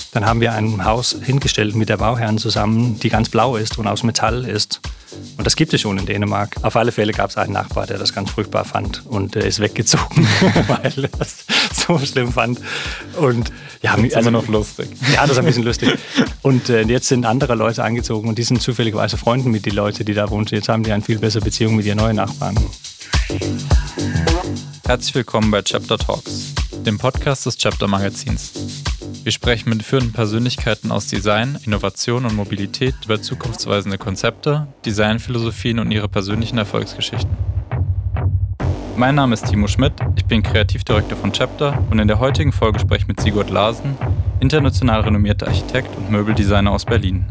Dann haben wir ein Haus hingestellt mit der Bauherren zusammen, die ganz blau ist und aus Metall ist. Und das gibt es schon in Dänemark. Auf alle Fälle gab es einen Nachbar, der das ganz furchtbar fand und ist weggezogen, weil er das so schlimm fand. Und ja, das ist immer noch lustig. Ja, das ist ein bisschen lustig. Und jetzt sind andere Leute eingezogen und die sind zufälligerweise Freunde mit den Leuten, die da wohnen. Jetzt haben die eine viel bessere Beziehung mit ihren neuen Nachbarn. Herzlich willkommen bei Chapter Talks, dem Podcast des Chapter Magazins. Wir sprechen mit führenden Persönlichkeiten aus Design, Innovation und Mobilität über zukunftsweisende Konzepte, Designphilosophien und ihre persönlichen Erfolgsgeschichten. Mein Name ist Timo Schmidt, ich bin Kreativdirektor von Chapter und in der heutigen Folge spreche ich mit Sigurd Larsen, international renommierter Architekt und Möbeldesigner aus Berlin.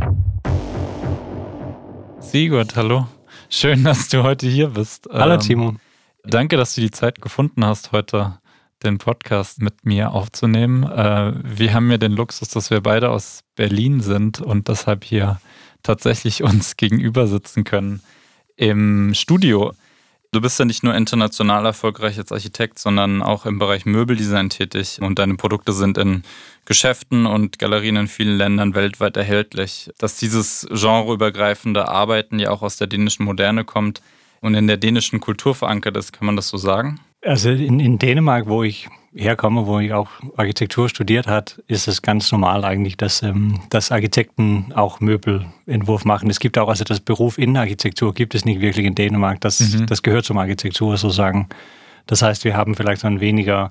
Sigurd, hallo. Schön, dass du heute hier bist. Hallo Timo. Danke, dass du die Zeit gefunden hast, heute den Podcast mit mir aufzunehmen. Wir haben ja den Luxus, dass wir beide aus Berlin sind und deshalb hier tatsächlich uns gegenüber sitzen können im Studio. Du bist ja nicht nur international erfolgreich als Architekt, sondern auch im Bereich Möbeldesign tätig und deine Produkte sind in Geschäften und Galerien in vielen Ländern weltweit erhältlich. Dass dieses genreübergreifende Arbeiten ja auch aus der dänischen Moderne kommt und in der dänischen Kultur verankert ist, kann man das so sagen? Also in Dänemark, wo ich herkomme, wo ich auch Architektur studiert habe, ist es ganz normal eigentlich, dass Architekten auch Möbelentwurf machen. Es gibt auch, also das Beruf Innenarchitektur gibt es nicht wirklich in Dänemark. Das gehört zum Architektur sozusagen. Das heißt, wir haben vielleicht so ein weniger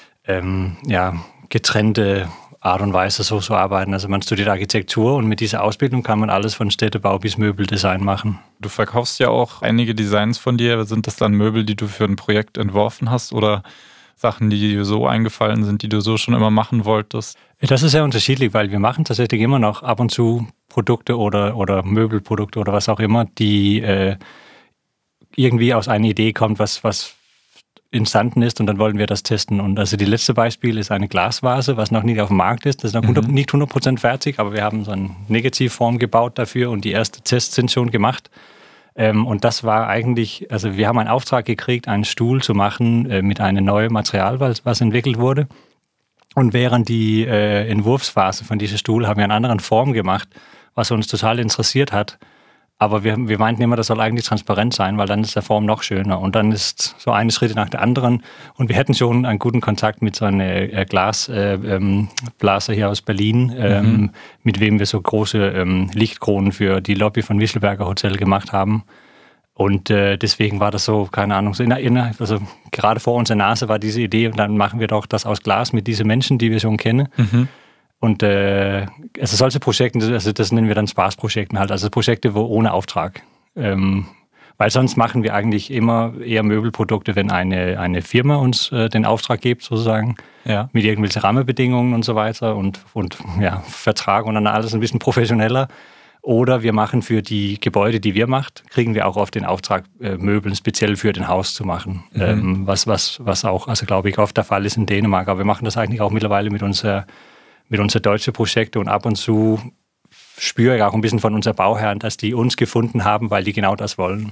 getrennte Art und Weise so zu arbeiten. Also man studiert Architektur und mit dieser Ausbildung kann man alles von Städtebau bis Möbeldesign machen. Du verkaufst ja auch einige Designs von dir. Sind das dann Möbel, die du für ein Projekt entworfen hast oder Sachen, die dir so eingefallen sind, die du so schon immer machen wolltest? Das ist sehr unterschiedlich, weil wir machen tatsächlich immer noch ab und zu Produkte oder Möbelprodukte oder was auch immer, die irgendwie aus einer Idee kommt, was entstanden ist und dann wollen wir das testen. Und also die letzte Beispiel ist eine Glasvase, was noch nicht auf dem Markt ist. Das ist noch nicht 100% fertig, aber wir haben so eine Negativform gebaut dafür und die ersten Tests sind schon gemacht. Und das war eigentlich, also wir haben einen Auftrag gekriegt, einen Stuhl zu machen mit einem neuen Material, was entwickelt wurde. Und während die Entwurfsphase von diesem Stuhl haben wir eine andere Form gemacht, was uns total interessiert hat. Aber wir meinten immer, das soll eigentlich transparent sein, weil dann ist der Form noch schöner. Und dann ist so eine Schritte nach der anderen. Und wir hätten schon einen guten Kontakt mit so einer Glasblaser hier aus Berlin, mit wem wir so große Lichtkronen für die Lobby von Wischelberger Hotel gemacht haben. Und deswegen war das so, keine Ahnung, so also gerade vor unserer Nase war diese Idee, und dann machen wir doch das aus Glas mit diesen Menschen, die wir schon kennen. Und also solche Projekte, also das nennen wir dann Spaßprojekten halt, also Projekte ohne Auftrag. Weil sonst machen wir eigentlich immer eher Möbelprodukte, wenn eine Firma uns den Auftrag gibt, sozusagen, mit irgendwelchen Rahmenbedingungen und so weiter und Vertrag und dann alles ein bisschen professioneller. Oder wir machen für die Gebäude, die wir machen, kriegen wir auch oft den Auftrag, Möbeln speziell für den Haus zu machen. Was auch, also glaube ich, oft der Fall ist in Dänemark. Aber wir machen das eigentlich auch mittlerweile mit unseren deutschen Projekten und ab und zu spüre ich auch ein bisschen von unseren Bauherren, dass die uns gefunden haben, weil die genau das wollen.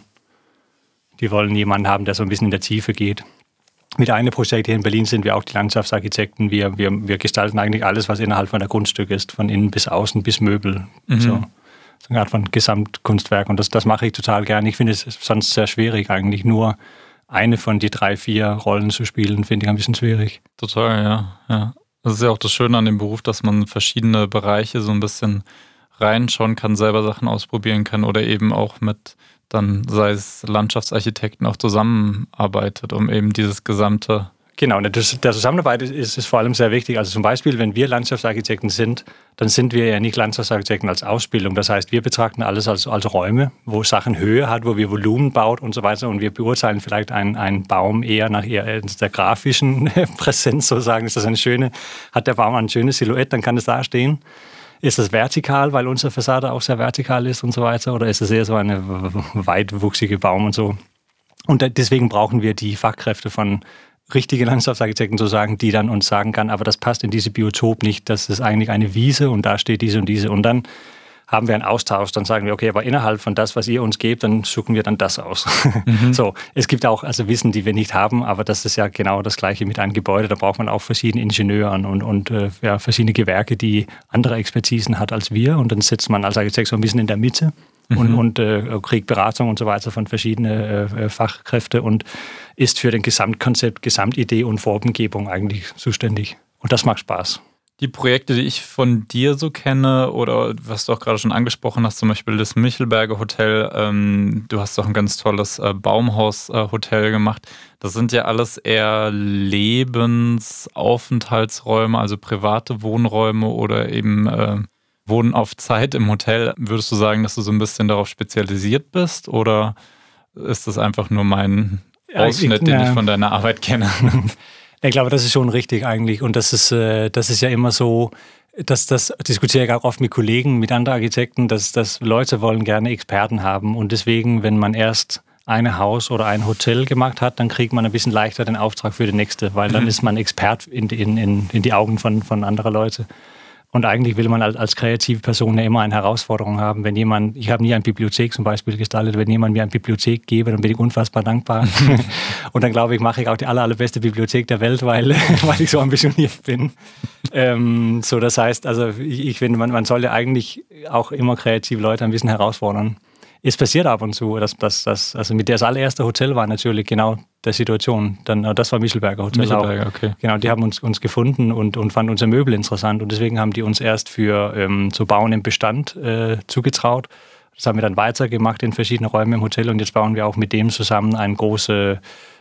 Die wollen jemanden haben, der so ein bisschen in der Tiefe geht. Mit einem Projekt hier in Berlin sind wir auch die Landschaftsarchitekten. Wir gestalten eigentlich alles, was innerhalb von der Grundstück ist, von innen bis außen bis Möbel. So eine Art von Gesamtkunstwerk und das mache ich total gerne. Ich finde es sonst sehr schwierig eigentlich, nur eine von die 3, 4 Rollen zu spielen, finde ich ein bisschen schwierig. Total, ja. Das ist ja auch das Schöne an dem Beruf, dass man verschiedene Bereiche so ein bisschen reinschauen kann, selber Sachen ausprobieren kann oder eben auch mit dann, sei es Landschaftsarchitekten, auch zusammenarbeitet, um eben dieses gesamte... Genau, der Zusammenarbeit ist vor allem sehr wichtig. Also zum Beispiel, wenn wir Landschaftsarchitekten sind, dann sind wir ja nicht Landschaftsarchitekten als Ausbildung. Das heißt, wir betrachten alles als Räume, wo Sachen Höhe hat, wo wir Volumen baut und so weiter. Und wir beurteilen vielleicht einen Baum eher nach der grafischen Präsenz, sozusagen. Ist das hat der Baum eine schöne Silhouette, dann kann es da stehen. Ist das vertikal, weil unsere Fassade auch sehr vertikal ist und so weiter? Oder ist es eher so eine weitwuchsige Baum und so? Und deswegen brauchen wir die Fachkräfte von richtige Landschaftsarchitekten sozusagen, die dann uns sagen kann, aber das passt in diese Biotop nicht, das ist eigentlich eine Wiese und da steht diese und diese. Und dann haben wir einen Austausch, dann sagen wir, okay, aber innerhalb von das, was ihr uns gebt, dann suchen wir dann das aus. So, es gibt auch also Wissen, die wir nicht haben, aber das ist ja genau das Gleiche mit einem Gebäude. Da braucht man auch verschiedene Ingenieuren und verschiedene Gewerke, die andere Expertisen hat als wir. Und dann sitzt man als Architekt so ein bisschen in der Mitte und kriegt Beratung und so weiter von verschiedenen Fachkräften und ist für den Gesamtkonzept, Gesamtidee und Formgebung eigentlich zuständig. Und das macht Spaß. Die Projekte, die ich von dir so kenne oder was du auch gerade schon angesprochen hast, zum Beispiel das Michelberger Hotel, du hast auch ein ganz tolles Baumhaus-Hotel gemacht. Das sind ja alles eher Lebensaufenthaltsräume, also private Wohnräume oder eben Wohnen auf Zeit im Hotel. Würdest du sagen, dass du so ein bisschen darauf spezialisiert bist oder ist das einfach nur mein Ausschnitt, den ich von deiner Arbeit kenne? Ich glaube, das ist schon richtig eigentlich. Und das ist ja immer so, das diskutiere ich auch oft mit Kollegen, mit anderen Architekten, dass Leute wollen gerne Experten haben. Und deswegen, wenn man erst ein Haus oder ein Hotel gemacht hat, dann kriegt man ein bisschen leichter den Auftrag für den nächste, weil dann ist man Expert in die Augen von anderen Leuten. Und eigentlich will man als kreative Person ja immer eine Herausforderung haben. Ich habe nie eine Bibliothek zum Beispiel gestaltet, wenn jemand mir eine Bibliothek gebe, dann bin ich unfassbar dankbar. Und dann glaube ich, mache ich auch die allerbeste Bibliothek der Welt, weil ich so ambitioniert bin. So, das heißt, also ich finde, man soll ja eigentlich auch immer kreative Leute ein bisschen herausfordern. Es passiert ab und zu, also mit das allererste Hotel war natürlich genau der Situation. Das war Michelberger Hotel. Michelberger, okay. Genau, die haben uns gefunden und fanden unser Möbel interessant und deswegen haben die uns erst für zu bauen im Bestand zugetraut. Das haben wir dann weitergemacht in verschiedene Räume im Hotel und jetzt bauen wir auch mit dem zusammen ein großes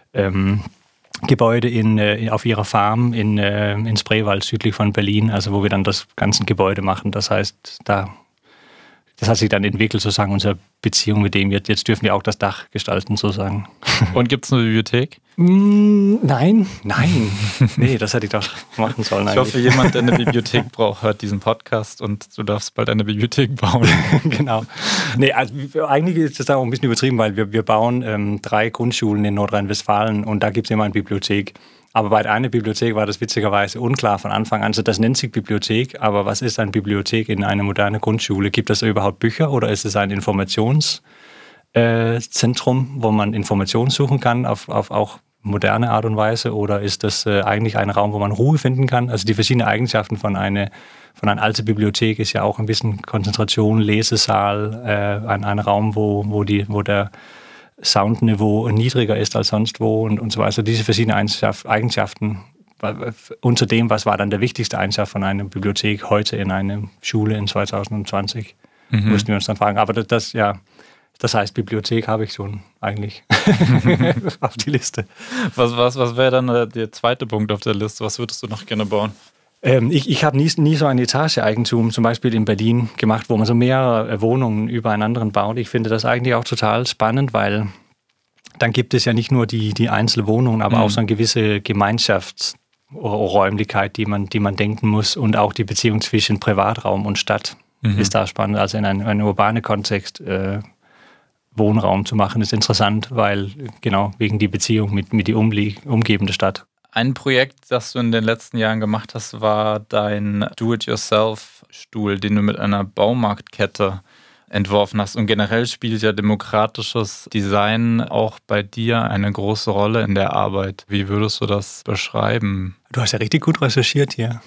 Gebäude auf ihrer Farm in Spreewald, südlich von Berlin, also wo wir dann das ganze Gebäude machen. Das heißt, das hat sich dann entwickelt, sozusagen, unsere Beziehung mit dem. Jetzt dürfen wir auch das Dach gestalten, sozusagen. Und gibt es eine Bibliothek? Nein. Nee, das hätte ich doch machen sollen eigentlich. Ich hoffe, jemand, der eine Bibliothek braucht, hört diesen Podcast und du darfst bald eine Bibliothek bauen. Genau. Nee, also eigentlich ist das auch ein bisschen übertrieben, weil wir bauen 3 Grundschulen in Nordrhein-Westfalen und da gibt es immer eine Bibliothek. Aber bei einer Bibliothek war das witzigerweise unklar von Anfang an. Also das nennt sich Bibliothek, aber was ist eine Bibliothek in einer modernen Grundschule? Gibt es überhaupt Bücher oder ist es ein Informationszentrum, wo man Informationen suchen kann auf auch moderne Art und Weise? Oder ist das eigentlich ein Raum, wo man Ruhe finden kann? Also die verschiedenen Eigenschaften von einer alten Bibliothek ist ja auch ein bisschen Konzentration, Lesesaal, ein Raum, wo der Soundniveau niedriger ist als sonst wo und so weiter. Diese verschiedenen Eigenschaften unter dem, was war dann der wichtigste Eigenschaft von einer Bibliothek heute in einer Schule in 2020, mussten wir uns dann fragen. Aber das heißt, Bibliothek habe ich schon eigentlich auf die Liste. Was wäre dann der zweite Punkt auf der Liste? Was würdest du noch gerne bauen? Ich habe nie so ein Etageeigentum, zum Beispiel in Berlin, gemacht, wo man so mehrere Wohnungen übereinander baut. Ich finde das eigentlich auch total spannend, weil dann gibt es ja nicht nur die einzelnen Wohnungen, aber auch so eine gewisse Gemeinschaftsräumlichkeit, die man denken muss und auch die Beziehung zwischen Privatraum und Stadt ist da spannend. Also in einem urbanen Kontext Wohnraum zu machen, ist interessant, weil genau wegen die Beziehung mit die umgebende Stadt. Ein Projekt, das du in den letzten Jahren gemacht hast, war dein Do-it-yourself-Stuhl, den du mit einer Baumarktkette entworfen hast. Und generell spielt ja demokratisches Design auch bei dir eine große Rolle in der Arbeit. Wie würdest du das beschreiben? Du hast ja richtig gut recherchiert hier.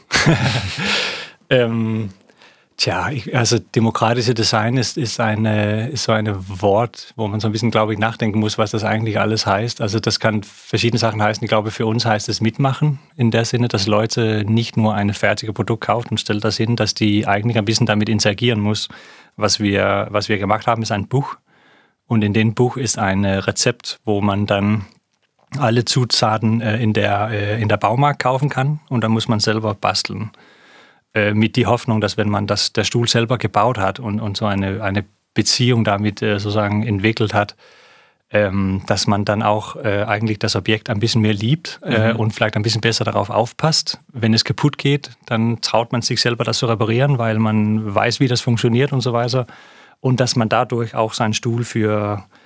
Also demokratische Design ist so ein Wort, wo man so ein bisschen, glaube ich, nachdenken muss, was das eigentlich alles heißt. Also das kann verschiedene Sachen heißen. Ich glaube, für uns heißt es mitmachen, in der Sinne, dass Leute nicht nur ein fertiges Produkt kaufen und stellt das hin, dass die eigentlich ein bisschen damit interagieren muss. Was wir gemacht haben, ist ein Buch. Und in dem Buch ist ein Rezept, wo man dann alle Zutaten in der Baumarkt kaufen kann. Und dann muss man selber basteln. Mit die Hoffnung, dass wenn man der Stuhl selber gebaut hat und so eine Beziehung damit sozusagen entwickelt hat, dass man dann auch eigentlich das Objekt ein bisschen mehr liebt und vielleicht ein bisschen besser darauf aufpasst. Wenn es kaputt geht, dann traut man sich selber, das zu reparieren, weil man weiß, wie das funktioniert und so weiter. Und dass man dadurch auch seinen Stuhl für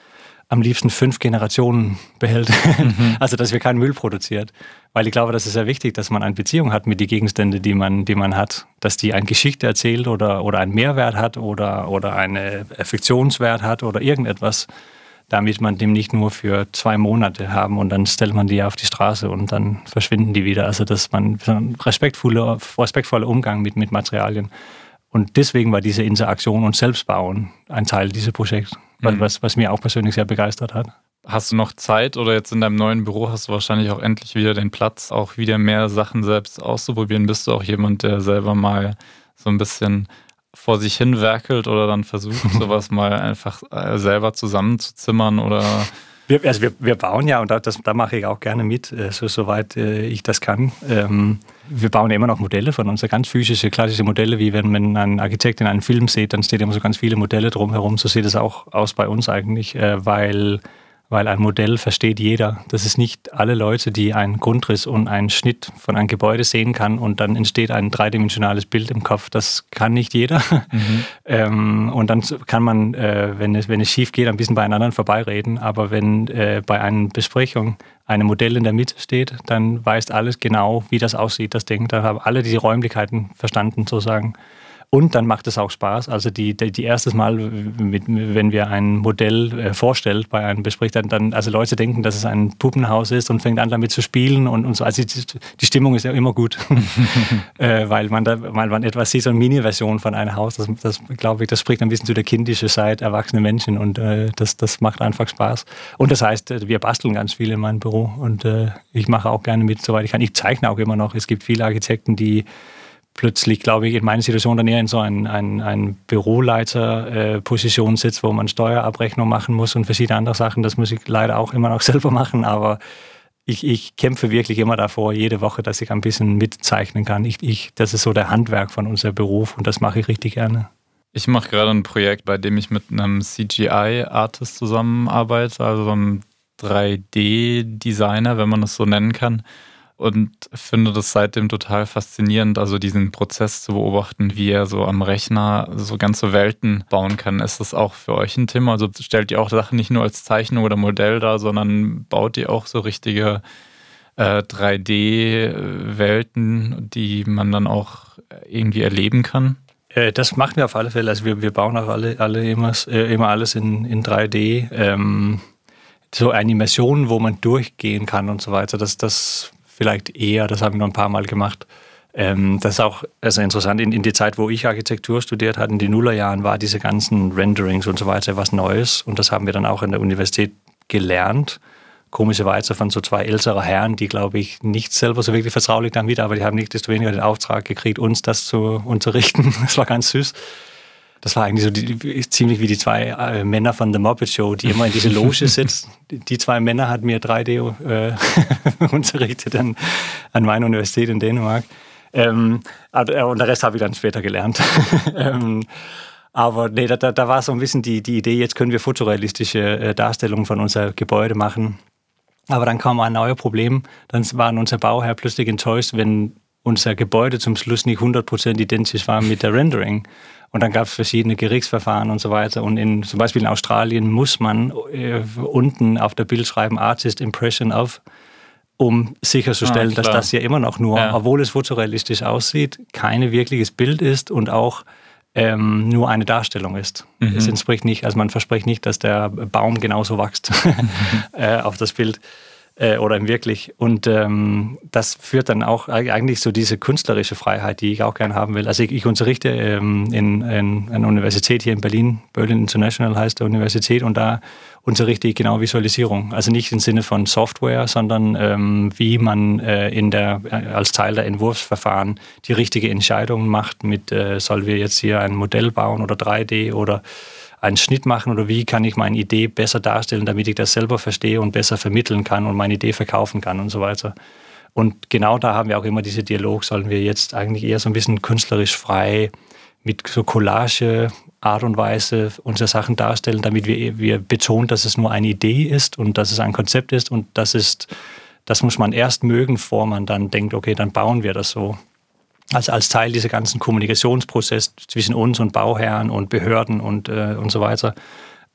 am liebsten 5 Generationen behält. Also, dass wir keinen Müll produziert. Weil ich glaube, das ist sehr wichtig, dass man eine Beziehung hat mit den Gegenständen, die man hat. Dass die eine Geschichte erzählt oder einen Mehrwert hat oder einen Affektionswert hat oder irgendetwas, damit man dem nicht nur für 2 Monate haben und dann stellt man die auf die Straße und dann verschwinden die wieder. Also, dass man ein respektvoller Umgang mit Materialien. Und deswegen war diese Interaktion und Selbstbauen ein Teil dieses Projekts, was mir auch persönlich sehr begeistert hat. Hast du noch Zeit oder jetzt in deinem neuen Büro hast du wahrscheinlich auch endlich wieder den Platz, auch wieder mehr Sachen selbst auszuprobieren? Bist du auch jemand, der selber mal so ein bisschen vor sich hin werkelt oder dann versucht, sowas mal einfach selber zusammenzuzimmern oder... Wir bauen ja, und da mache ich auch gerne mit, soweit ich das kann. Wir bauen ja immer noch Modelle von uns, ganz physische, klassische Modelle, wie wenn man einen Architekt in einem Film sieht, dann steht immer so ganz viele Modelle drumherum. So sieht es auch aus bei uns eigentlich, weil ein Modell versteht jeder. Das ist nicht alle Leute, die einen Grundriss und einen Schnitt von einem Gebäude sehen kann und dann entsteht ein dreidimensionales Bild im Kopf. Das kann nicht jeder. Und dann kann man, wenn es schief geht, ein bisschen bei anderen vorbeireden. Aber wenn bei einer Besprechung ein Modell in der Mitte steht, dann weiß alles genau, wie das aussieht, das Ding. Da haben alle die Räumlichkeiten verstanden, sozusagen. Und dann macht es auch Spaß. Also die erstes Mal, wenn wir ein Modell vorstellt bei einem Besprech, dann also Leute denken, dass es ein Puppenhaus ist und fängt an damit zu spielen und so. Also die Stimmung ist ja immer gut, weil man etwas sieht, so eine Mini-Version von einem Haus. Das glaube ich, das spricht ein bisschen zu der kindischen Seite erwachsene Menschen und das macht einfach Spaß. Und das heißt, wir basteln ganz viel in meinem Büro und ich mache auch gerne mit, soweit ich kann. Ich zeichne auch immer noch. Es gibt viele Architekten, die plötzlich, glaube ich, in meiner Situation dann eher in so ein Büroleiter-Position sitzt, wo man Steuerabrechnung machen muss und verschiedene andere Sachen. Das muss ich leider auch immer noch selber machen, aber ich kämpfe wirklich immer davor, jede Woche, dass ich ein bisschen mitzeichnen kann. Das ist so der Handwerk von unserem Beruf und das mache ich richtig gerne. Ich mache gerade ein Projekt, bei dem ich mit einem CGI-Artist zusammenarbeite, also einem 3D-Designer, wenn man das so nennen kann. Und finde das seitdem total faszinierend, also diesen Prozess zu beobachten, wie er so am Rechner so ganze Welten bauen kann. Ist das auch für euch ein Thema? Also stellt ihr auch Sachen nicht nur als Zeichnung oder Modell dar, sondern baut ihr auch so richtige 3D-Welten, die man dann auch irgendwie erleben kann? Das machen wir auf alle Fälle. Also wir bauen auch alle immer alles in 3D. So Animationen, wo man durchgehen kann und so weiter. Das vielleicht eher, das haben wir noch ein paar Mal gemacht. Das ist auch also interessant. In die Zeit, wo ich Architektur studiert hatte, in den Nullerjahren, war diese ganzen Renderings und so weiter was Neues. Und das haben wir dann auch in der Universität gelernt. Komischerweise von so 2 älteren Herren, die, glaube ich, nicht selber so wirklich vertraulich damit, aber die haben nicht desto weniger den Auftrag gekriegt, uns das zu unterrichten. Das war ganz süß. Das war eigentlich so ziemlich wie die 2 Männer von The Muppet Show, die immer in diese Loge sitzen. Die 2 Männer hatten mir 3D unterrichtet an meiner Universität in Dänemark. Und der Rest habe ich dann später gelernt. Aber nee, da war so ein bisschen die Idee, jetzt können wir fotorealistische Darstellungen von unserem Gebäude machen. Aber dann kam ein neues Problem. Dann war unser Bauherr plötzlich enttäuscht, wenn unser Gebäude zum Schluss nicht 100% identisch war mit der Rendering. Und dann gab es verschiedene Gerichtsverfahren und so weiter. Und zum Beispiel in Australien muss man unten auf der Bild schreiben, Artist Impression of, um sicherzustellen, dass das ja immer noch nur, obwohl es fotorealistisch aussieht, kein wirkliches Bild ist und auch nur eine Darstellung ist. Es entspricht nicht, also man verspricht nicht, dass der Baum genauso wächst auf das Bild. Oder im wirklich. Und das führt dann auch eigentlich so diese künstlerische Freiheit, die ich auch gerne haben will. Also ich unterrichte in einer Universität hier in Berlin, Berlin International heißt der Universität, und da unterrichte ich genau Visualisierung. Also nicht im Sinne von Software, sondern wie man als Teil der Entwurfsverfahren die richtige Entscheidung macht mit, sollen wir jetzt hier ein Modell bauen oder 3D oder einen Schnitt machen oder wie kann ich meine Idee besser darstellen, damit ich das selber verstehe und besser vermitteln kann und meine Idee verkaufen kann und so weiter. Und genau da haben wir auch immer diese Dialog, sollen wir jetzt eigentlich eher so ein bisschen künstlerisch frei mit so Collage Art und Weise unsere Sachen darstellen, damit wir betonen, dass es nur eine Idee ist und dass es ein Konzept ist und das muss man erst mögen, bevor man dann denkt, okay, dann bauen wir das so. Also als Teil dieser ganzen Kommunikationsprozess zwischen uns und Bauherren und Behörden und so weiter.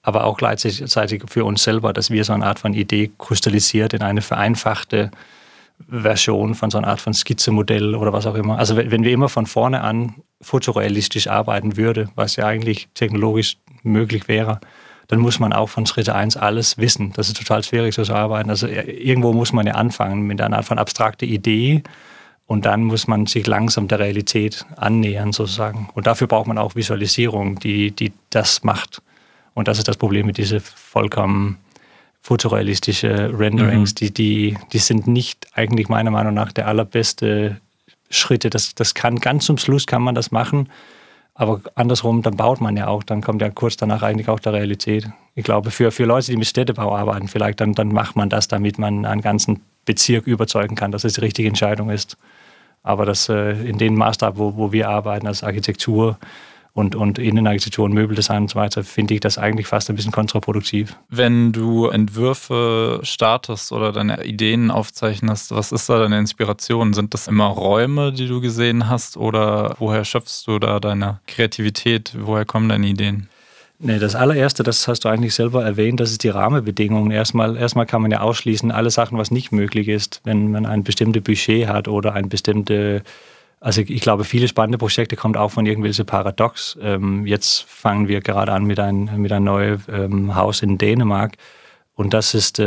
aber auch gleichzeitig für uns selber, dass wir so eine Art von Idee kristallisiert in eine vereinfachte Version von so einer Art von Skizze-Modell oder was auch immer. Also wenn wir immer von vorne an fotorealistisch arbeiten würde, was ja eigentlich technologisch möglich wäre, dann muss man auch von Schritt 1 alles wissen. Das ist total schwierig, so zu arbeiten. Also irgendwo muss man ja anfangen mit einer Art von abstrakter Idee und dann muss man sich langsam der Realität annähern sozusagen. Und dafür braucht man auch Visualisierung, die das macht. Und das ist das Problem mit diesen vollkommen fotorealistische Renderings, die sind nicht eigentlich meiner Meinung nach der allerbeste Schritte. Das kann ganz zum Schluss kann man das machen, aber andersrum, dann baut man ja auch, dann kommt ja kurz danach eigentlich auch der Realität. Ich glaube, für Leute, die mit Städtebau arbeiten, vielleicht dann macht man das, damit man einen ganzen Bezirk überzeugen kann, dass es die richtige Entscheidung ist. Aber das in dem Maßstab, wo wir arbeiten als Architektur, und Innenarchitektur und Möbeldesign und so weiter, finde ich das eigentlich fast ein bisschen kontraproduktiv. Wenn du Entwürfe startest oder deine Ideen aufzeichnest, was ist da deine Inspiration? Sind das immer Räume, die du gesehen hast oder woher schöpfst du da deine Kreativität? Woher kommen deine Ideen? Nee, das allererste, das hast du eigentlich selber erwähnt, das ist die Rahmenbedingungen. Erstmal kann man ja ausschließen, alle Sachen, was nicht möglich ist, wenn man ein bestimmtes Budget hat oder ein bestimmte. Also ich glaube, viele spannende Projekte kommen auch von irgendwelchen Paradox. Jetzt fangen wir gerade an mit einem neuen Haus in Dänemark und das ist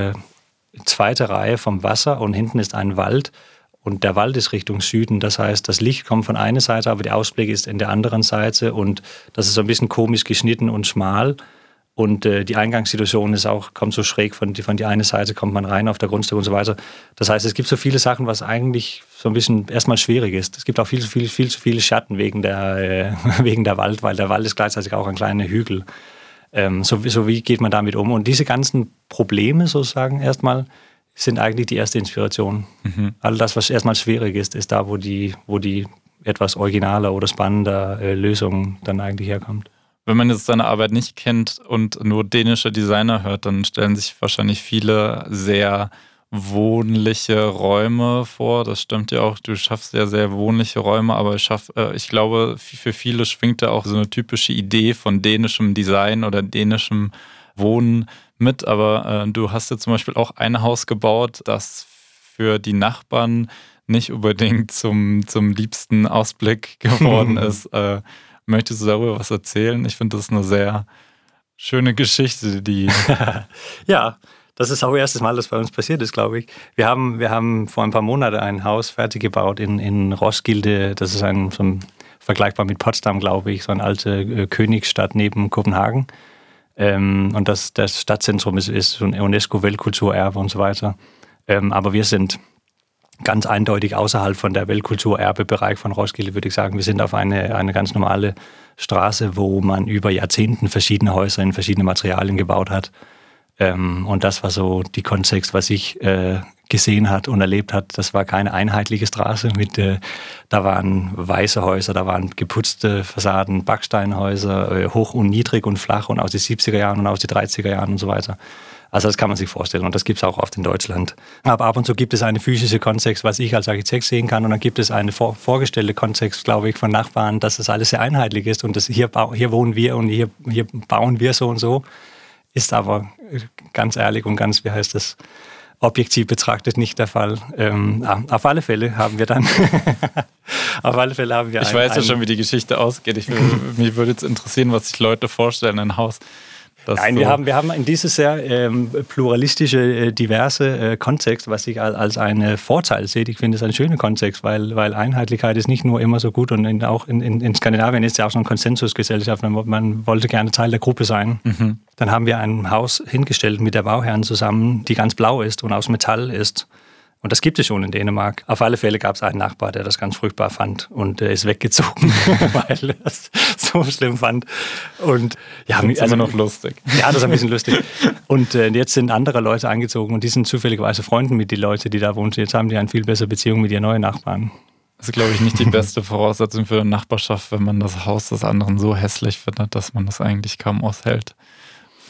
zweite Reihe vom Wasser und hinten ist ein Wald und der Wald ist Richtung Süden. Das heißt, das Licht kommt von einer Seite, aber der Ausblick ist in der anderen Seite und das ist so ein bisschen komisch geschnitten und schmal. Und die Eingangssituation kommt so schräg von die eine Seite, kommt man rein auf der Grundstück und so weiter. Das heißt, es gibt so viele Sachen, was eigentlich so ein bisschen erstmal schwierig ist. Es gibt auch viel zu viele Schatten wegen der Wald, weil der Wald ist gleichzeitig auch ein kleiner Hügel. So wie geht man damit um? Und diese ganzen Probleme sozusagen erstmal sind eigentlich die erste Inspiration. All das, was erstmal schwierig ist da, wo die etwas originaler oder spannender Lösung dann eigentlich herkommt. Wenn man jetzt deine Arbeit nicht kennt und nur dänische Designer hört, dann stellen sich wahrscheinlich viele sehr wohnliche Räume vor. Das stimmt ja auch, du schaffst ja sehr wohnliche Räume, aber ich glaube, für viele schwingt da auch so eine typische Idee von dänischem Design oder dänischem Wohnen mit. Aber du hast ja zum Beispiel auch ein Haus gebaut, das für die Nachbarn nicht unbedingt zum liebsten Ausblick geworden ist. Möchtest du darüber was erzählen? Ich finde, das ist eine sehr schöne Geschichte, die... Ja, das ist auch das erste Mal, dass bei uns passiert ist, glaube ich. Wir haben vor ein paar Monaten ein Haus fertig gebaut in Roskilde. Das ist vergleichbar mit Potsdam, glaube ich, so eine alte Königsstadt neben Kopenhagen. Und das Stadtzentrum ist so ein UNESCO-Weltkulturerbe und so weiter. Aber wir sind ganz eindeutig außerhalb von der Weltkulturerbebereich von Roskilde, würde ich sagen. Wir sind auf eine ganz normale Straße, wo man über Jahrzehnten verschiedene Häuser in verschiedene Materialien gebaut hat. Und das war so die Kontext, was ich gesehen hat und erlebt hat. Das war keine einheitliche Straße. Da waren weiße Häuser, da waren geputzte Fassaden, Backsteinhäuser, hoch und niedrig und flach und aus den 70er Jahren und aus den 30er Jahren und so weiter. Also das kann man sich vorstellen und das gibt es auch oft in Deutschland. Aber ab und zu gibt es eine physische Kontext, was ich als Architekt sehen kann und dann gibt es eine vorgestellte Kontext, glaube ich, von Nachbarn, dass das alles sehr einheitlich ist und hier wohnen wir und hier bauen wir so und so. Ist aber ganz ehrlich und ganz, objektiv betrachtet nicht der Fall. Auf alle Fälle haben wir dann... Ich weiß ja schon, wie die Geschichte ausgeht. Mich würde jetzt interessieren, was sich Leute vorstellen, ein Haus. Nein, wir haben in dieses sehr pluralistische, diverse Kontext, was ich als einen Vorteil sehe. Ich finde es ein schöner Kontext, weil Einheitlichkeit ist nicht nur immer so gut und auch in Skandinavien ist ja auch so eine Konsensusgesellschaft. Man wollte gerne Teil der Gruppe sein. Mhm. Dann haben wir ein Haus hingestellt mit der Bauherren zusammen, die ganz blau ist und aus Metall ist. Und das gibt es schon in Dänemark. Auf alle Fälle gab es einen Nachbar, der das ganz furchtbar fand und ist weggezogen, weil er das so schlimm fand. Und ja, das ist immer noch lustig. Ja, das ist ein bisschen lustig. Und jetzt sind andere Leute eingezogen und die sind zufälligerweise Freunde mit den Leuten, die da wohnen. Jetzt haben die eine viel bessere Beziehung mit ihren neuen Nachbarn. Das ist, glaube ich, nicht die beste Voraussetzung für eine Nachbarschaft, wenn man das Haus des anderen so hässlich findet, dass man das eigentlich kaum aushält.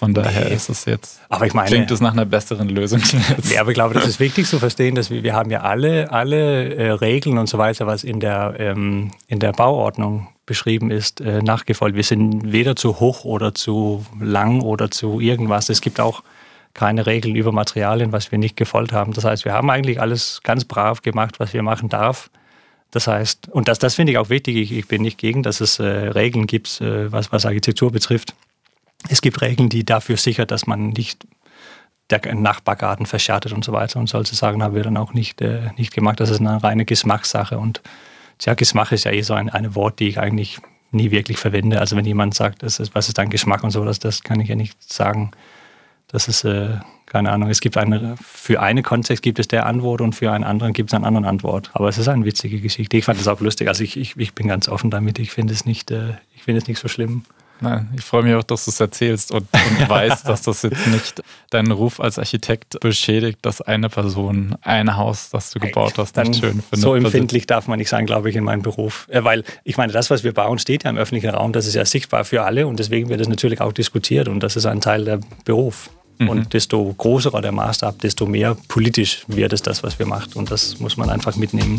Von daher ist es jetzt, aber ich meine, klingt es nach einer besseren Lösung. Ja, aber ich glaube, das ist wichtig zu verstehen, dass wir haben ja alle Regeln und so weiter, was in der Bauordnung beschrieben ist, nachgefolgt. Wir sind weder zu hoch oder zu lang oder zu irgendwas. Es gibt auch keine Regeln über Materialien, was wir nicht gefolgt haben. Das heißt, wir haben eigentlich alles ganz brav gemacht, was wir machen darf. Das heißt, und das finde ich auch wichtig, ich bin nicht gegen, dass es Regeln gibt, was Architektur betrifft. Es gibt Regeln, die dafür sichern, dass man nicht der Nachbargarten verschattet und so weiter. Und solche Sachen haben wir dann auch nicht gemacht. Das ist eine reine Geschmackssache. Und Geschmack ist ja so ein Wort, die ich eigentlich nie wirklich verwende. Also wenn jemand sagt, was ist dein Geschmack und so, das kann ich ja nicht sagen. Das ist, keine Ahnung, es gibt für einen Kontext gibt es der Antwort und für einen anderen gibt es eine andere Antwort. Aber es ist eine witzige Geschichte. Ich fand das auch lustig. Also ich bin ganz offen damit. Ich finde es nicht so schlimm. Nein, ich freue mich auch, dass du es erzählst und weißt, dass das jetzt nicht deinen Ruf als Architekt beschädigt, dass eine Person ein Haus, das du gebaut hast, nicht schön findet. So empfindlich darf man nicht sein, glaube ich, in meinem Beruf. Weil ich meine, das, was wir bauen, steht ja im öffentlichen Raum, das ist ja sichtbar für alle und deswegen wird es natürlich auch diskutiert und das ist ein Teil der Beruf. Und desto größer der Maßstab, desto mehr politisch wird es das, was wir machen und das muss man einfach mitnehmen.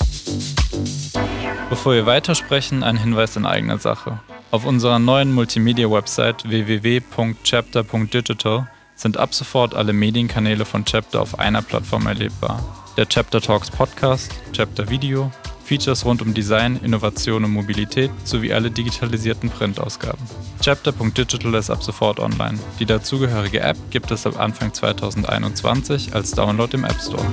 Bevor wir weitersprechen, ein Hinweis in eigener Sache. Auf unserer neuen Multimedia-Website www.chapter.digital sind ab sofort alle Medienkanäle von Chapter auf einer Plattform erlebbar. Der Chapter Talks Podcast, Chapter Video, Features rund um Design, Innovation und Mobilität sowie alle digitalisierten Printausgaben. Chapter.digital ist ab sofort online. Die dazugehörige App gibt es ab Anfang 2021 als Download im App Store.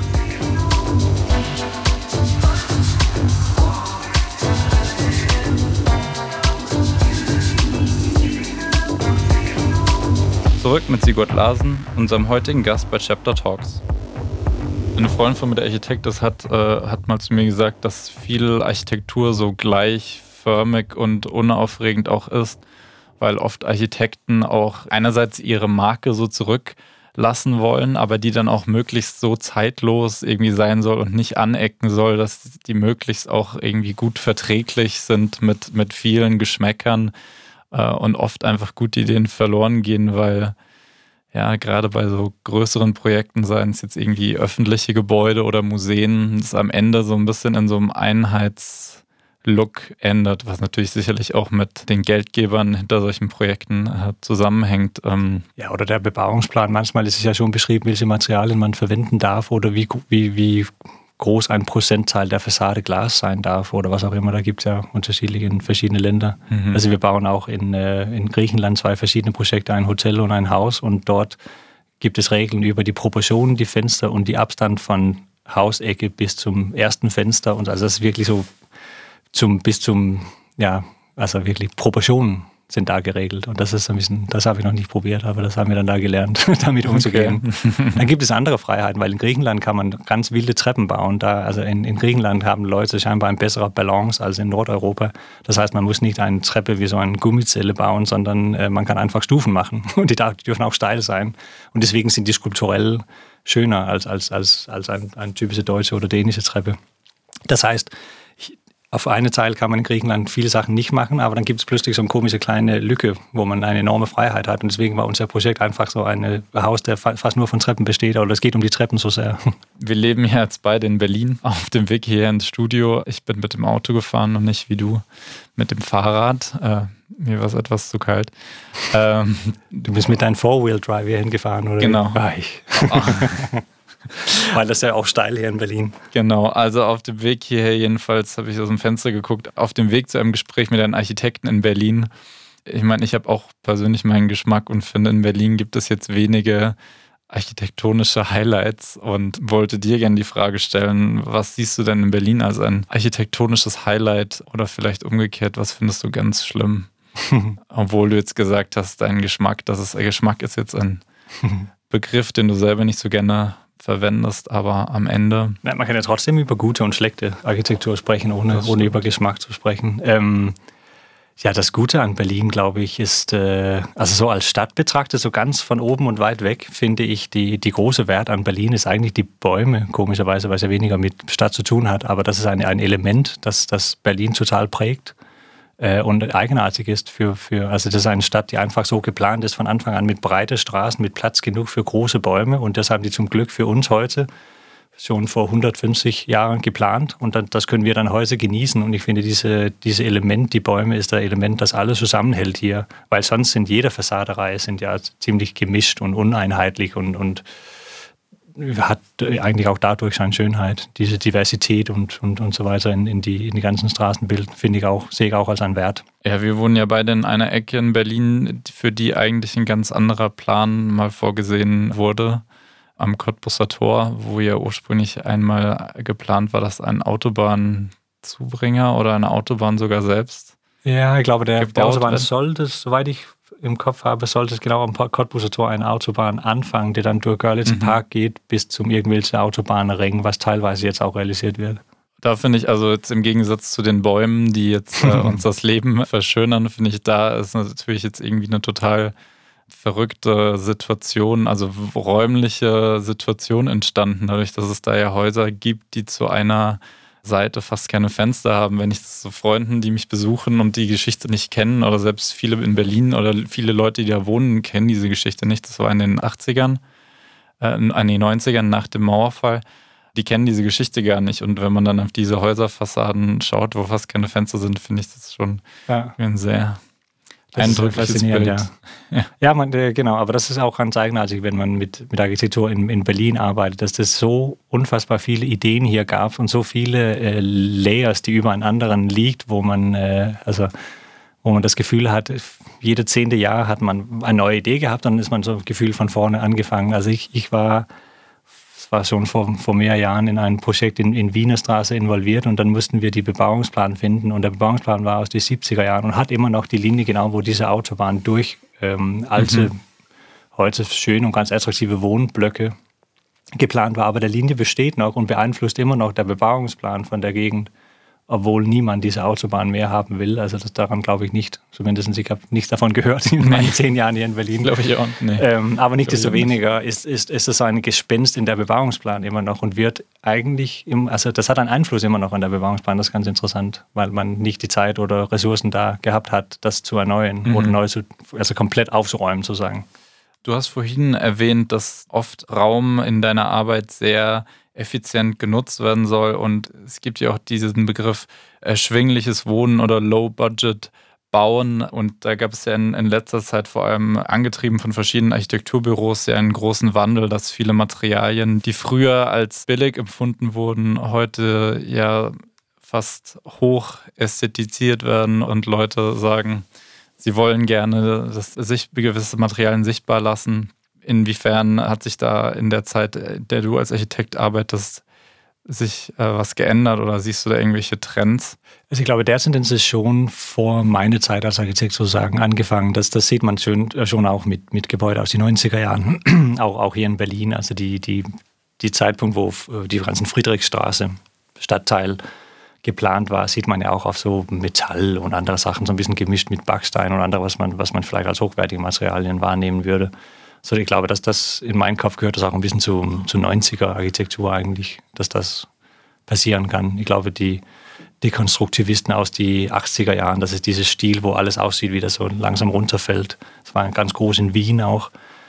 Zurück mit Sigurd Larsen, unserem heutigen Gast bei Chapter Talks. Eine Freundin von mir, der Architekt ist, hat mal zu mir gesagt, dass viel Architektur so gleichförmig und unaufregend auch ist, weil oft Architekten auch einerseits ihre Marke so zurücklassen wollen, aber die dann auch möglichst so zeitlos irgendwie sein soll und nicht anecken soll, dass die möglichst auch irgendwie gut verträglich sind mit vielen Geschmäckern und oft einfach gute Ideen verloren gehen, weil ja, gerade bei so größeren Projekten, seien es jetzt irgendwie öffentliche Gebäude oder Museen, es am Ende so ein bisschen in so einem Einheitslook ändert, was natürlich sicherlich auch mit den Geldgebern hinter solchen Projekten zusammenhängt. Ja, oder der Bebauungsplan. Manchmal ist es ja schon beschrieben, welche Materialien man verwenden darf oder wie groß ein Prozentteil der Fassade Glas sein darf oder was auch immer. Da gibt es ja unterschiedliche in verschiedene Länder. Also wir bauen auch in Griechenland 2 verschiedene Projekte, ein Hotel und ein Haus und dort gibt es Regeln über die Proportionen, die Fenster und die Abstand von Hausecke bis zum ersten Fenster und also das ist wirklich so also wirklich Proportionen sind da geregelt und das ist ein bisschen, das habe ich noch nicht probiert, aber das haben wir dann da gelernt, damit umzugehen. Okay. Dann gibt es andere Freiheiten, weil in Griechenland kann man ganz wilde Treppen bauen. Also in Griechenland haben Leute scheinbar eine bessere Balance als in Nordeuropa. Das heißt, man muss nicht eine Treppe wie so eine Gummizelle bauen, sondern man kann einfach Stufen machen und die dürfen auch steil sein. Und deswegen sind die skulpturell schöner als eine typische deutsche oder dänische Treppe. Das heißt, auf einen Teil kann man in Griechenland viele Sachen nicht machen, aber dann gibt es plötzlich so eine komische kleine Lücke, wo man eine enorme Freiheit hat. Und deswegen war unser Projekt einfach so ein Haus, der fast nur von Treppen besteht. Oder es geht um die Treppen so sehr. Wir leben ja jetzt beide in Berlin auf dem Weg hier ins Studio. Ich bin mit dem Auto gefahren und nicht wie du mit dem Fahrrad. Mir war es etwas zu kalt. Du bist mit deinem Four-Wheel-Drive hier hingefahren, oder? Genau. Weil das ist ja auch steil hier in Berlin. Genau, also auf dem Weg hierher jedenfalls habe ich aus dem Fenster geguckt, auf dem Weg zu einem Gespräch mit einem Architekten in Berlin. Ich meine, ich habe auch persönlich meinen Geschmack und finde, in Berlin gibt es jetzt wenige architektonische Highlights und wollte dir gerne die Frage stellen, was siehst du denn in Berlin als ein architektonisches Highlight oder vielleicht umgekehrt, was findest du ganz schlimm? Obwohl du jetzt gesagt hast, dein Geschmack, Geschmack ist jetzt ein Begriff, den du selber nicht so gerne verwendest, aber am Ende... Ja, man kann ja trotzdem über gute und schlechte Architektur sprechen, ohne über Geschmack zu sprechen. Ja, das Gute an Berlin, glaube ich, ist, also so als Stadt betrachtet, so ganz von oben und weit weg, finde ich, die große Wert an Berlin ist eigentlich die Bäume, komischerweise, weil es ja weniger mit Stadt zu tun hat, aber das ist ein Element, das Berlin total prägt. und eigenartig ist also das ist eine Stadt, die einfach so geplant ist von Anfang an mit breiten Straßen, mit Platz genug für große Bäume und das haben die zum Glück für uns heute schon vor 150 Jahren geplant und das können wir dann heute genießen und ich finde diese Element, die Bäume ist das Element, das alles zusammenhält hier, weil sonst sind jede Fassadereihe sind ja ziemlich gemischt und uneinheitlich und hat eigentlich auch dadurch seine Schönheit, diese Diversität und so weiter in die ganzen Straßenbild, sehe ich auch als einen Wert. Ja, wir wohnen ja beide in einer Ecke in Berlin, für die eigentlich ein ganz anderer Plan mal vorgesehen wurde. Am Cottbuser Tor, wo ja ursprünglich einmal geplant war, dass ein Autobahnzubringer oder eine Autobahn sogar selbst. Ja, ich glaube, der Autobahn sollte, soweit ich im Kopf habe, sollte es genau am Cottbuser Tor eine Autobahn anfangen, die dann durch Görlitzer Park geht bis zum irgendwelchen Autobahnring, was teilweise jetzt auch realisiert wird. Da finde ich, also jetzt im Gegensatz zu den Bäumen, die jetzt uns das Leben verschönern, finde ich, da ist natürlich jetzt irgendwie eine total verrückte Situation, also räumliche Situation entstanden, dadurch, dass es da ja Häuser gibt, die zu einer Seite fast keine Fenster haben. Wenn ich das so Freunden, die mich besuchen und die Geschichte nicht kennen oder selbst viele in Berlin oder viele Leute, die da wohnen, kennen diese Geschichte nicht. Das war in den 80ern, in den 90ern nach dem Mauerfall. Die kennen diese Geschichte gar nicht. Und wenn man dann auf diese Häuserfassaden schaut, wo fast keine Fenster sind, finde ich das schon ein sehr eindrückliches Bild. Ja, genau, aber das ist auch ganz eigenartig, wenn man mit Architektur in Berlin arbeitet, dass es so unfassbar viele Ideen hier gab und so viele Layers, die über einen anderen liegt, wo man das Gefühl hat, jede 10. Jahr hat man eine neue Idee gehabt, dann ist man so ein Gefühl von vorne angefangen. Also ich war schon vor mehr Jahren in einem Projekt in Wiener Straße involviert und dann mussten wir die Bebauungsplan finden und der Bebauungsplan war aus den 70er Jahren und hat immer noch die Linie genau, wo diese Autobahn durch alte, heute schön und ganz attraktive Wohnblöcke geplant war, aber der Linie besteht noch und beeinflusst immer noch der Bebauungsplan von der Gegend, obwohl niemand diese Autobahn mehr haben will. Also daran glaube ich nicht. Zumindest ich habe nichts davon gehört in meinen 10 Jahren hier in Berlin. Glaube ich auch. Nee. Aber nichtsdestoweniger ist es so ein Gespenst in der Bebauungsplan immer noch und wird eigentlich, das hat einen Einfluss immer noch an der Bebauungsplan. Das ist ganz interessant, weil man nicht die Zeit oder Ressourcen da gehabt hat, das zu erneuern oder komplett aufzuräumen, zu sagen. Du hast vorhin erwähnt, dass oft Raum in deiner Arbeit sehr effizient genutzt werden soll und es gibt ja auch diesen Begriff erschwingliches Wohnen oder Low-Budget Bauen und da gab es ja in letzter Zeit vor allem angetrieben von verschiedenen Architekturbüros ja einen großen Wandel, dass viele Materialien, die früher als billig empfunden wurden, heute ja fast hoch ästhetisiert werden und Leute sagen, sie wollen gerne gewisse Materialien sichtbar lassen. Inwiefern hat sich da in der Zeit, in der du als Architekt arbeitest, sich was geändert oder siehst du da irgendwelche Trends? Also ich glaube, der Tendenz ist schon vor meiner Zeit als Architekt sozusagen angefangen. Das sieht man schon auch mit Gebäuden aus den 90er Jahren, auch hier in Berlin. Also die Zeitpunkt, wo die ganzen Friedrichstraße Stadtteil geplant war, sieht man ja auch auf so Metall und andere Sachen, so ein bisschen gemischt mit Backstein und andere, was man vielleicht als hochwertige Materialien wahrnehmen würde. So, ich glaube, dass das in meinen Kopf gehört, das auch ein bisschen zu 90er-Architektur eigentlich, dass das passieren kann. Ich glaube, die Dekonstruktivisten aus den 80er Jahren, das ist dieses Stil, wo alles aussieht, wie das so langsam runterfällt. Das war ganz groß in Wien auch.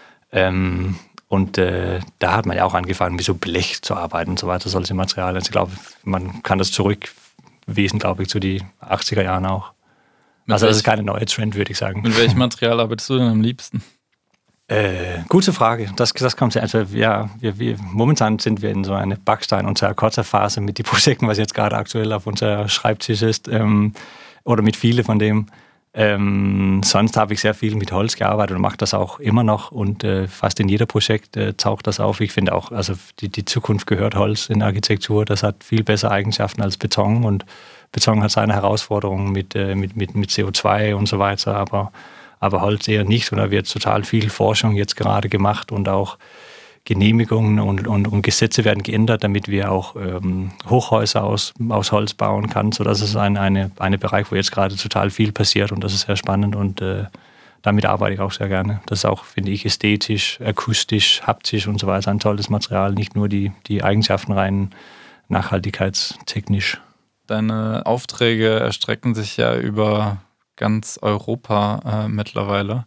Und da hat man ja auch angefangen, mit so Blech zu arbeiten und so weiter, solche Materialien. Also ich glaube, man kann das zurückwiesen, glaube ich, zu den 80er Jahren auch. Also das ist keine neue Trend, würde ich sagen. Mit welchem Material arbeitest du denn am liebsten? Gute Frage. Das kommt also momentan sind wir in so einer Backstein- und Terrakotta-Phase mit den Projekten, was jetzt gerade aktuell auf unser Schreibtisch ist, oder mit vielen von dem. Sonst habe ich sehr viel mit Holz gearbeitet und mache das auch immer noch und fast in jedem Projekt taucht das auf. Ich finde auch, also die Zukunft gehört Holz in Architektur. Das hat viel bessere Eigenschaften als Beton und Beton hat seine Herausforderungen mit CO2 und so weiter, aber Holz eher nicht. Und da wird total viel Forschung jetzt gerade gemacht und auch Genehmigungen und Gesetze werden geändert, damit wir auch Hochhäuser aus Holz bauen können. So, das ist ein Bereich, wo jetzt gerade total viel passiert und das ist sehr spannend und damit arbeite ich auch sehr gerne. Das ist auch, finde ich, ästhetisch, akustisch, haptisch und so weiter ein tolles Material, nicht nur die Eigenschaften rein nachhaltigkeitstechnisch. Deine Aufträge erstrecken sich ja über ganz Europa mittlerweile.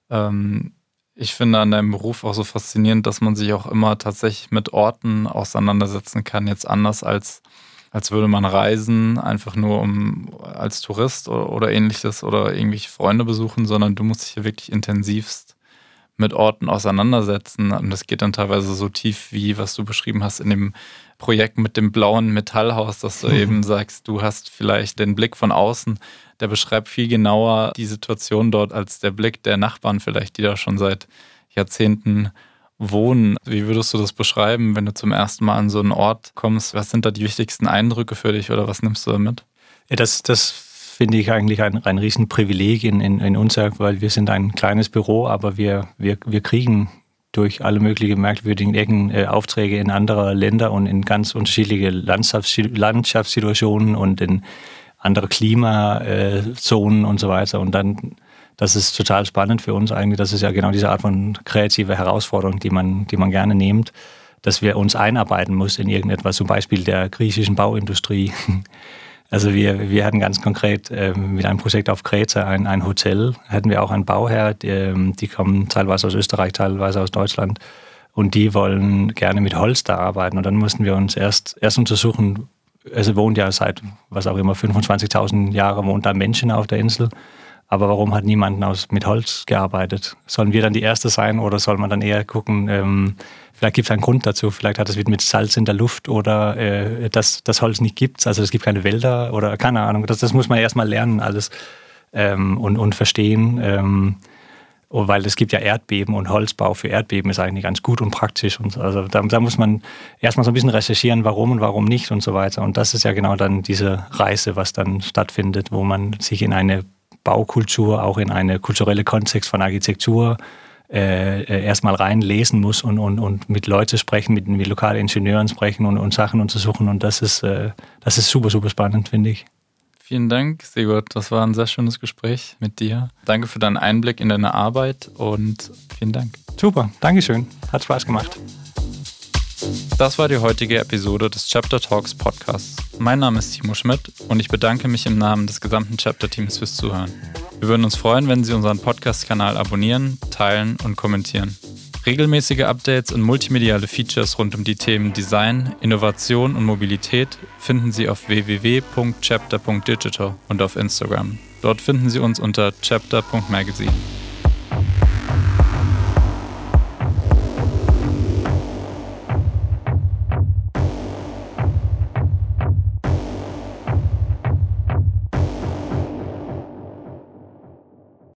Ich finde an deinem Beruf auch so faszinierend, dass man sich auch immer tatsächlich mit Orten auseinandersetzen kann. Jetzt anders als würde man reisen, einfach nur als Tourist oder ähnliches oder irgendwelche Freunde besuchen, sondern du musst dich hier wirklich intensivst mit Orten auseinandersetzen. Und das geht dann teilweise so tief, wie was du beschrieben hast in dem Projekt mit dem blauen Metallhaus, dass du eben sagst, du hast vielleicht den Blick von außen, der beschreibt viel genauer die Situation dort als der Blick der Nachbarn vielleicht, die da schon seit Jahrzehnten wohnen. Wie würdest du das beschreiben, wenn du zum ersten Mal an so einen Ort kommst? Was sind da die wichtigsten Eindrücke für dich oder was nimmst du da mit? Ja, das finde ich eigentlich ein Riesenprivileg in uns, weil wir sind ein kleines Büro, aber wir kriegen durch alle möglichen merkwürdigen Ecken Aufträge in andere Länder und in ganz unterschiedliche Landschaftssituationen und in andere Klimazonen und so weiter. Und dann, das ist total spannend für uns eigentlich. Das ist ja genau diese Art von kreative Herausforderung, die man gerne nimmt, dass wir uns einarbeiten müssen in irgendetwas, zum Beispiel der griechischen Bauindustrie. Also wir hatten ganz konkret mit einem Projekt auf Kreta ein Hotel, hatten wir auch einen Bauherr, die kommen teilweise aus Österreich, teilweise aus Deutschland und die wollen gerne mit Holz da arbeiten. Und dann mussten wir uns erst untersuchen, also wohnt ja seit, was auch immer, 25.000 Jahre wohnt da Menschen auf der Insel. Aber warum hat niemand mit Holz gearbeitet? Sollen wir dann die Erste sein oder soll man dann eher gucken, vielleicht gibt es einen Grund dazu, vielleicht hat es mit Salz in der Luft oder dass das Holz nicht gibt, also es gibt keine Wälder oder keine Ahnung. Das muss man erstmal lernen alles und verstehen, weil es gibt ja Erdbeben und Holzbau für Erdbeben ist eigentlich ganz gut und praktisch. Und also da muss man erstmal so ein bisschen recherchieren, warum und warum nicht und so weiter. Und das ist ja genau dann diese Reise, was dann stattfindet, wo man sich in eine Baukultur, auch in eine kulturelle Kontext von Architektur erstmal reinlesen muss und mit Leuten sprechen, mit lokalen Ingenieuren sprechen und Sachen untersuchen. Und das ist super, super spannend, finde ich. Vielen Dank, Sigurd. Das war ein sehr schönes Gespräch mit dir. Danke für deinen Einblick in deine Arbeit und vielen Dank. Super, Dankeschön. Hat Spaß gemacht. Das war die heutige Episode des Chapter Talks Podcasts. Mein Name ist Timo Schmidt und ich bedanke mich im Namen des gesamten Chapter-Teams fürs Zuhören. Wir würden uns freuen, wenn Sie unseren Podcast-Kanal abonnieren, teilen und kommentieren. Regelmäßige Updates und multimediale Features rund um die Themen Design, Innovation und Mobilität finden Sie auf www.chapter.digital und auf Instagram. Dort finden Sie uns unter chapter.magazine.